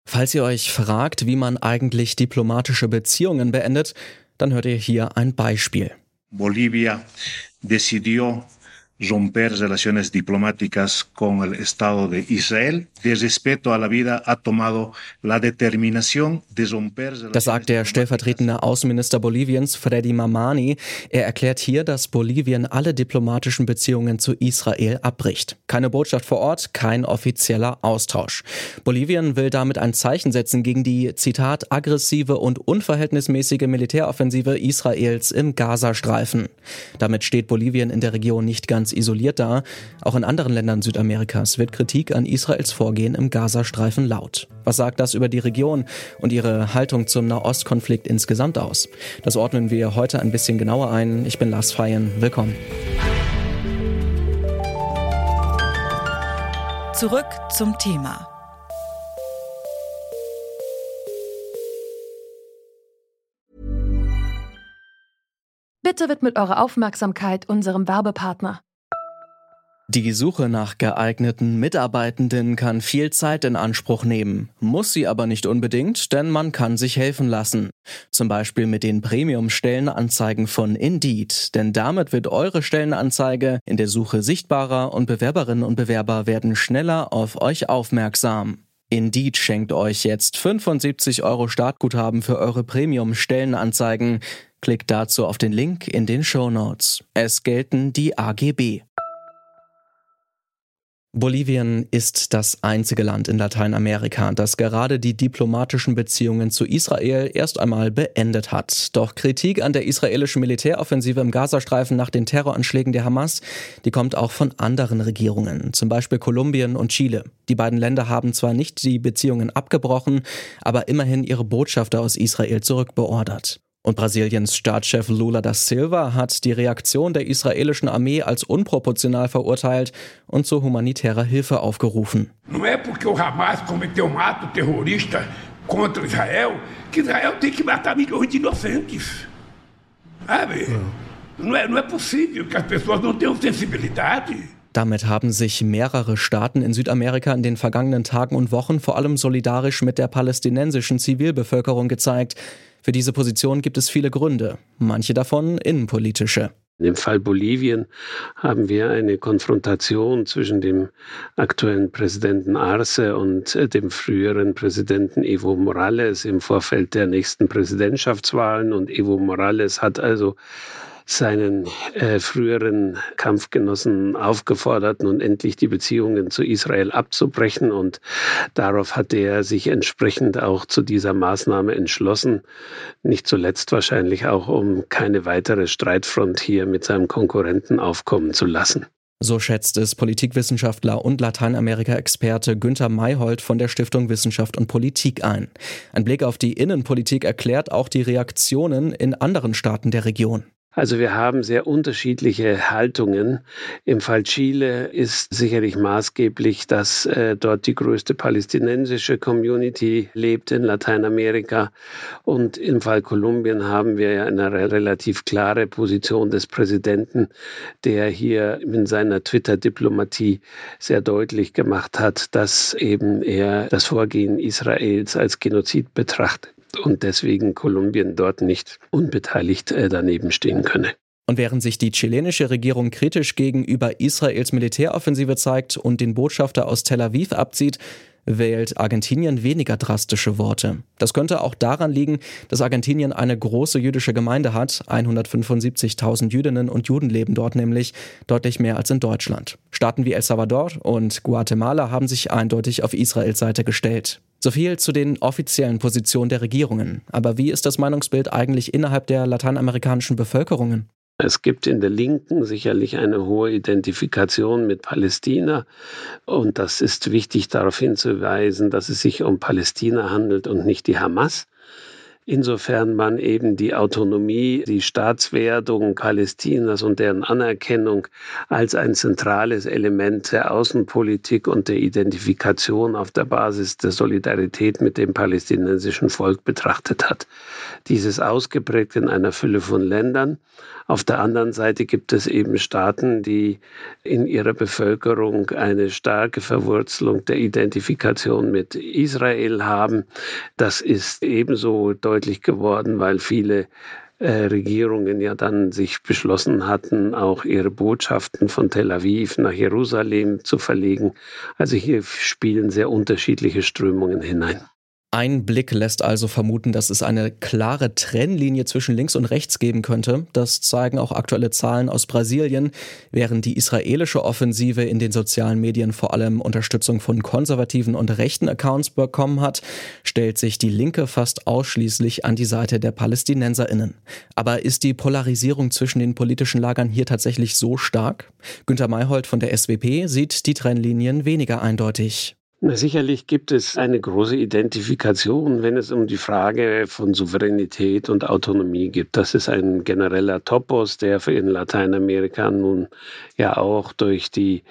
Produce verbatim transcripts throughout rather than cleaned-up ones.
Falls ihr euch fragt, wie man eigentlich diplomatische Beziehungen beendet, dann hört ihr hier ein Beispiel. Bolivia decidió romper relaciones diplomáticas con el Estado de Israel. De respeto a la vida ha tomado la determinación de romper. Das sagt der stellvertretende Außenminister Boliviens, Freddy Mamani. Er erklärt hier, dass Bolivien alle diplomatischen Beziehungen zu Israel abbricht. Keine Botschaft vor Ort, kein offizieller Austausch. Bolivien will damit ein Zeichen setzen gegen die, Zitat, aggressive und unverhältnismäßige Militäroffensive Israels im Gazastreifen. Damit steht Bolivien in der Region nicht ganz isoliert da. Auch in anderen Ländern Südamerikas wird Kritik an Israels Vorgehen im Gazastreifen laut. Was sagt das über die Region und ihre Haltung zum Nahostkonflikt insgesamt aus? Das ordnen wir heute ein bisschen genauer ein. Ich bin Lars Feyen. Willkommen. Zurück zum Thema. Bitte widmet eure Aufmerksamkeit unserem Werbepartner. Die Suche nach geeigneten Mitarbeitenden kann viel Zeit in Anspruch nehmen, muss sie aber nicht unbedingt, denn man kann sich helfen lassen. Zum Beispiel mit den Premium-Stellenanzeigen von Indeed, denn damit wird eure Stellenanzeige in der Suche sichtbarer und Bewerberinnen und Bewerber werden schneller auf euch aufmerksam. Indeed schenkt euch jetzt fünfundsiebzig Euro Startguthaben für eure Premium-Stellenanzeigen. Klickt dazu auf den Link in den Shownotes. Es gelten die A G B. Bolivien ist das einzige Land in Lateinamerika, das gerade die diplomatischen Beziehungen zu Israel erst einmal beendet hat. Doch Kritik an der israelischen Militäroffensive im Gazastreifen nach den Terroranschlägen der Hamas, die kommt auch von anderen Regierungen, zum Beispiel Kolumbien und Chile. Die beiden Länder haben zwar nicht die Beziehungen abgebrochen, aber immerhin ihre Botschafter aus Israel zurückbeordert. Und Brasiliens Staatschef Lula da Silva hat die Reaktion der israelischen Armee als unproportional verurteilt und zu humanitärer Hilfe aufgerufen. Não é porque o Hamas cometeu um ato terrorista contra Israel que Israel tem que matar milhões de inocentes. Sabe? Não é, não é possível que as pessoas não tenham sensibilidade. Damit haben sich mehrere Staaten in Südamerika in den vergangenen Tagen und Wochen vor allem solidarisch mit der palästinensischen Zivilbevölkerung gezeigt. Für diese Position gibt es viele Gründe, manche davon innenpolitische. Im Fall Bolivien haben wir eine Konfrontation zwischen dem aktuellen Präsidenten Arce und dem früheren Präsidenten Evo Morales im Vorfeld der nächsten Präsidentschaftswahlen. Und Evo Morales hat also seinen äh, früheren Kampfgenossen aufgefordert, nun endlich die Beziehungen zu Israel abzubrechen. Und darauf hat er sich entsprechend auch zu dieser Maßnahme entschlossen. Nicht zuletzt wahrscheinlich auch, um keine weitere Streitfront hier mit seinem Konkurrenten aufkommen zu lassen. So schätzt es Politikwissenschaftler und Lateinamerika-Experte Günther Mayhold von der Stiftung Wissenschaft und Politik ein. Ein Blick auf die Innenpolitik erklärt auch die Reaktionen in anderen Staaten der Region. Also wir haben sehr unterschiedliche Haltungen. Im Fall Chile ist sicherlich maßgeblich, dass äh, dort die größte palästinensische Community lebt in Lateinamerika. Und im Fall Kolumbien haben wir ja eine re- relativ klare Position des Präsidenten, der hier in seiner Twitter-Diplomatie sehr deutlich gemacht hat, dass eben er das Vorgehen Israels als Genozid betrachtet und deswegen Kolumbien dort nicht unbeteiligt äh, daneben stehen könne. Und während sich die chilenische Regierung kritisch gegenüber Israels Militäroffensive zeigt und den Botschafter aus Tel Aviv abzieht, wählt Argentinien weniger drastische Worte. Das könnte auch daran liegen, dass Argentinien eine große jüdische Gemeinde hat. hundertfünfundsiebzigtausend Jüdinnen und Juden leben dort nämlich, deutlich mehr als in Deutschland. Staaten wie El Salvador und Guatemala haben sich eindeutig auf Israels Seite gestellt. So viel zu den offiziellen Positionen der Regierungen. Aber wie ist das Meinungsbild eigentlich innerhalb der lateinamerikanischen Bevölkerungen? Es gibt in der Linken sicherlich eine hohe Identifikation mit Palästina und das ist wichtig darauf hinzuweisen, dass es sich um Palästina handelt und nicht die Hamas. insofern man eben die Autonomie, die Staatswerdung Palästinas und deren Anerkennung als ein zentrales Element der Außenpolitik und der Identifikation auf der Basis der Solidarität mit dem palästinensischen Volk betrachtet hat. Dieses ausgeprägt in einer Fülle von Ländern. Auf der anderen Seite gibt es eben Staaten, die in ihrer Bevölkerung eine starke Verwurzelung der Identifikation mit Israel haben. Das ist ebenso deutlich geworden, weil viele äh, Regierungen ja dann sich beschlossen hatten, auch ihre Botschaften von Tel Aviv nach Jerusalem zu verlegen. Also hier spielen sehr unterschiedliche Strömungen hinein. Ein Blick lässt also vermuten, dass es eine klare Trennlinie zwischen links und rechts geben könnte. Das zeigen auch aktuelle Zahlen aus Brasilien. Während die israelische Offensive in den sozialen Medien vor allem Unterstützung von konservativen und rechten Accounts bekommen hat, stellt sich die Linke fast ausschließlich an die Seite der PalästinenserInnen. Aber ist die Polarisierung zwischen den politischen Lagern hier tatsächlich so stark? Günter Mayhold von der S W P sieht die Trennlinien weniger eindeutig. Na, sicherlich gibt es eine große Identifikation, wenn es um die Frage von Souveränität und Autonomie geht. Das ist ein genereller Topos, der für in Lateinamerika nun ja auch durch die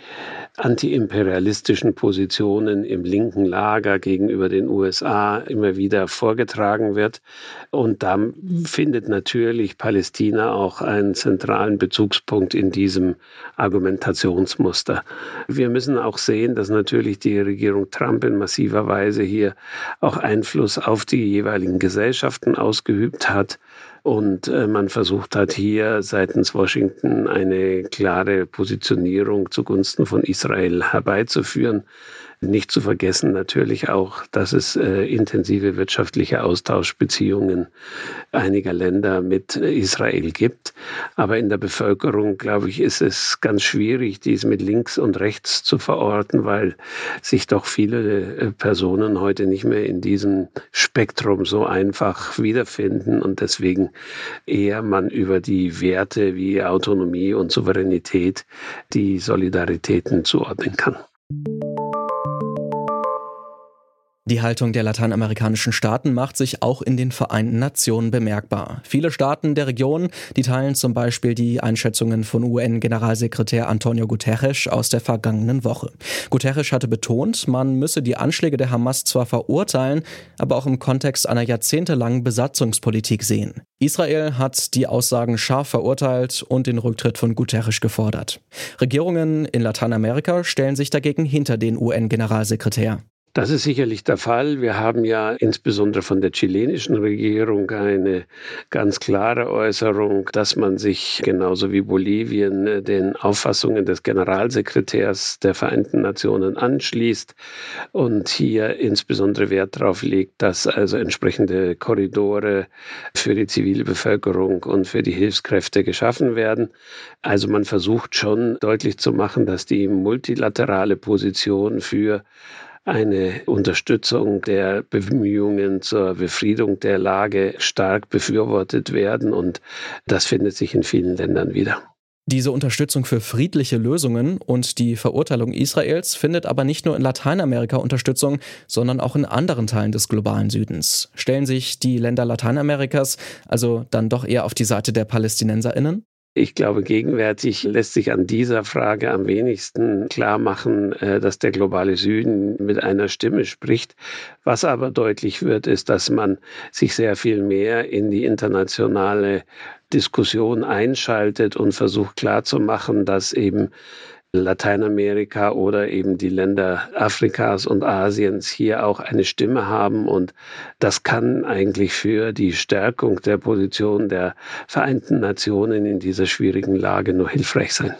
antiimperialistischen Positionen im linken Lager gegenüber den U S A immer wieder vorgetragen wird. Und da findet natürlich Palästina auch einen zentralen Bezugspunkt in diesem Argumentationsmuster. Wir müssen auch sehen, dass natürlich die Regierung Trump in massiver Weise hier auch Einfluss auf die jeweiligen Gesellschaften ausgeübt hat. Und äh, man versucht hat, hier seitens Washington eine klare Positionierung zugunsten von Israel herbeizuführen. Nicht zu vergessen natürlich auch, dass es äh, intensive wirtschaftliche Austauschbeziehungen einiger Länder mit äh, Israel gibt. Aber in der Bevölkerung, glaube ich, ist es ganz schwierig, dies mit links und rechts zu verorten, weil sich doch viele äh, Personen heute nicht mehr in diesem Spektrum so einfach wiederfinden und deswegen eher man über die Werte wie Autonomie und Souveränität die Solidaritäten zuordnen kann. Die Haltung der lateinamerikanischen Staaten macht sich auch in den Vereinten Nationen bemerkbar. Viele Staaten der Region, die teilen zum Beispiel die Einschätzungen von U N-Generalsekretär Antonio Guterres aus der vergangenen Woche. Guterres hatte betont, man müsse die Anschläge der Hamas zwar verurteilen, aber auch im Kontext einer jahrzehntelangen Besatzungspolitik sehen. Israel hat die Aussagen scharf verurteilt und den Rücktritt von Guterres gefordert. Regierungen in Lateinamerika stellen sich dagegen hinter den U N-Generalsekretär. Das ist sicherlich der Fall. Wir haben ja insbesondere von der chilenischen Regierung eine ganz klare Äußerung, dass man sich genauso wie Bolivien den Auffassungen des Generalsekretärs der Vereinten Nationen anschließt und hier insbesondere Wert darauf legt, dass also entsprechende Korridore für die zivile Bevölkerung und für die Hilfskräfte geschaffen werden. Also man versucht schon deutlich zu machen, dass die multilaterale Position für eine Unterstützung der Bemühungen zur Befriedung der Lage stark befürwortet werden und das findet sich in vielen Ländern wieder. Diese Unterstützung für friedliche Lösungen und die Verurteilung Israels findet aber nicht nur in Lateinamerika Unterstützung, sondern auch in anderen Teilen des globalen Südens. Stellen sich die Länder Lateinamerikas also dann doch eher auf die Seite der PalästinenserInnen? Ich glaube, gegenwärtig lässt sich an dieser Frage am wenigsten klar machen, dass der globale Süden mit einer Stimme spricht. Was aber deutlich wird, ist, dass man sich sehr viel mehr in die internationale Diskussion einschaltet und versucht klarzumachen, dass eben Lateinamerika oder eben die Länder Afrikas und Asiens hier auch eine Stimme haben. Und das kann eigentlich für die Stärkung der Position der Vereinten Nationen in dieser schwierigen Lage nur hilfreich sein.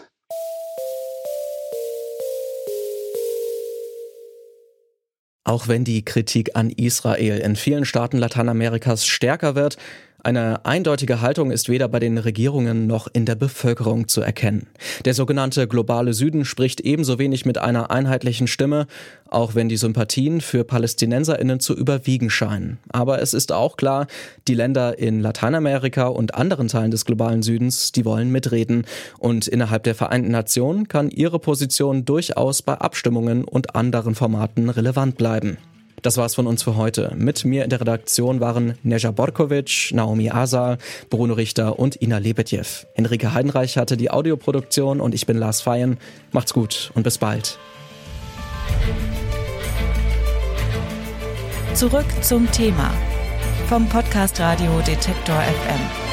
Auch wenn die Kritik an Israel in vielen Staaten Lateinamerikas stärker wird, eine eindeutige Haltung ist weder bei den Regierungen noch in der Bevölkerung zu erkennen. Der sogenannte globale Süden spricht ebenso wenig mit einer einheitlichen Stimme, auch wenn die Sympathien für PalästinenserInnen zu überwiegen scheinen. Aber es ist auch klar, die Länder in Lateinamerika und anderen Teilen des globalen Südens, die wollen mitreden. Und innerhalb der Vereinten Nationen kann ihre Position durchaus bei Abstimmungen und anderen Formaten relevant bleiben. Das war's von uns für heute. Mit mir in der Redaktion waren Neja Borkovic, Naomi Asal, Bruno Richter und Ina Lebedjew. Henrike Heidenreich hatte die Audioproduktion und ich bin Lars Feyen. Macht's gut und bis bald. Zurück zum Thema vom Podcast Radio Detektor F M.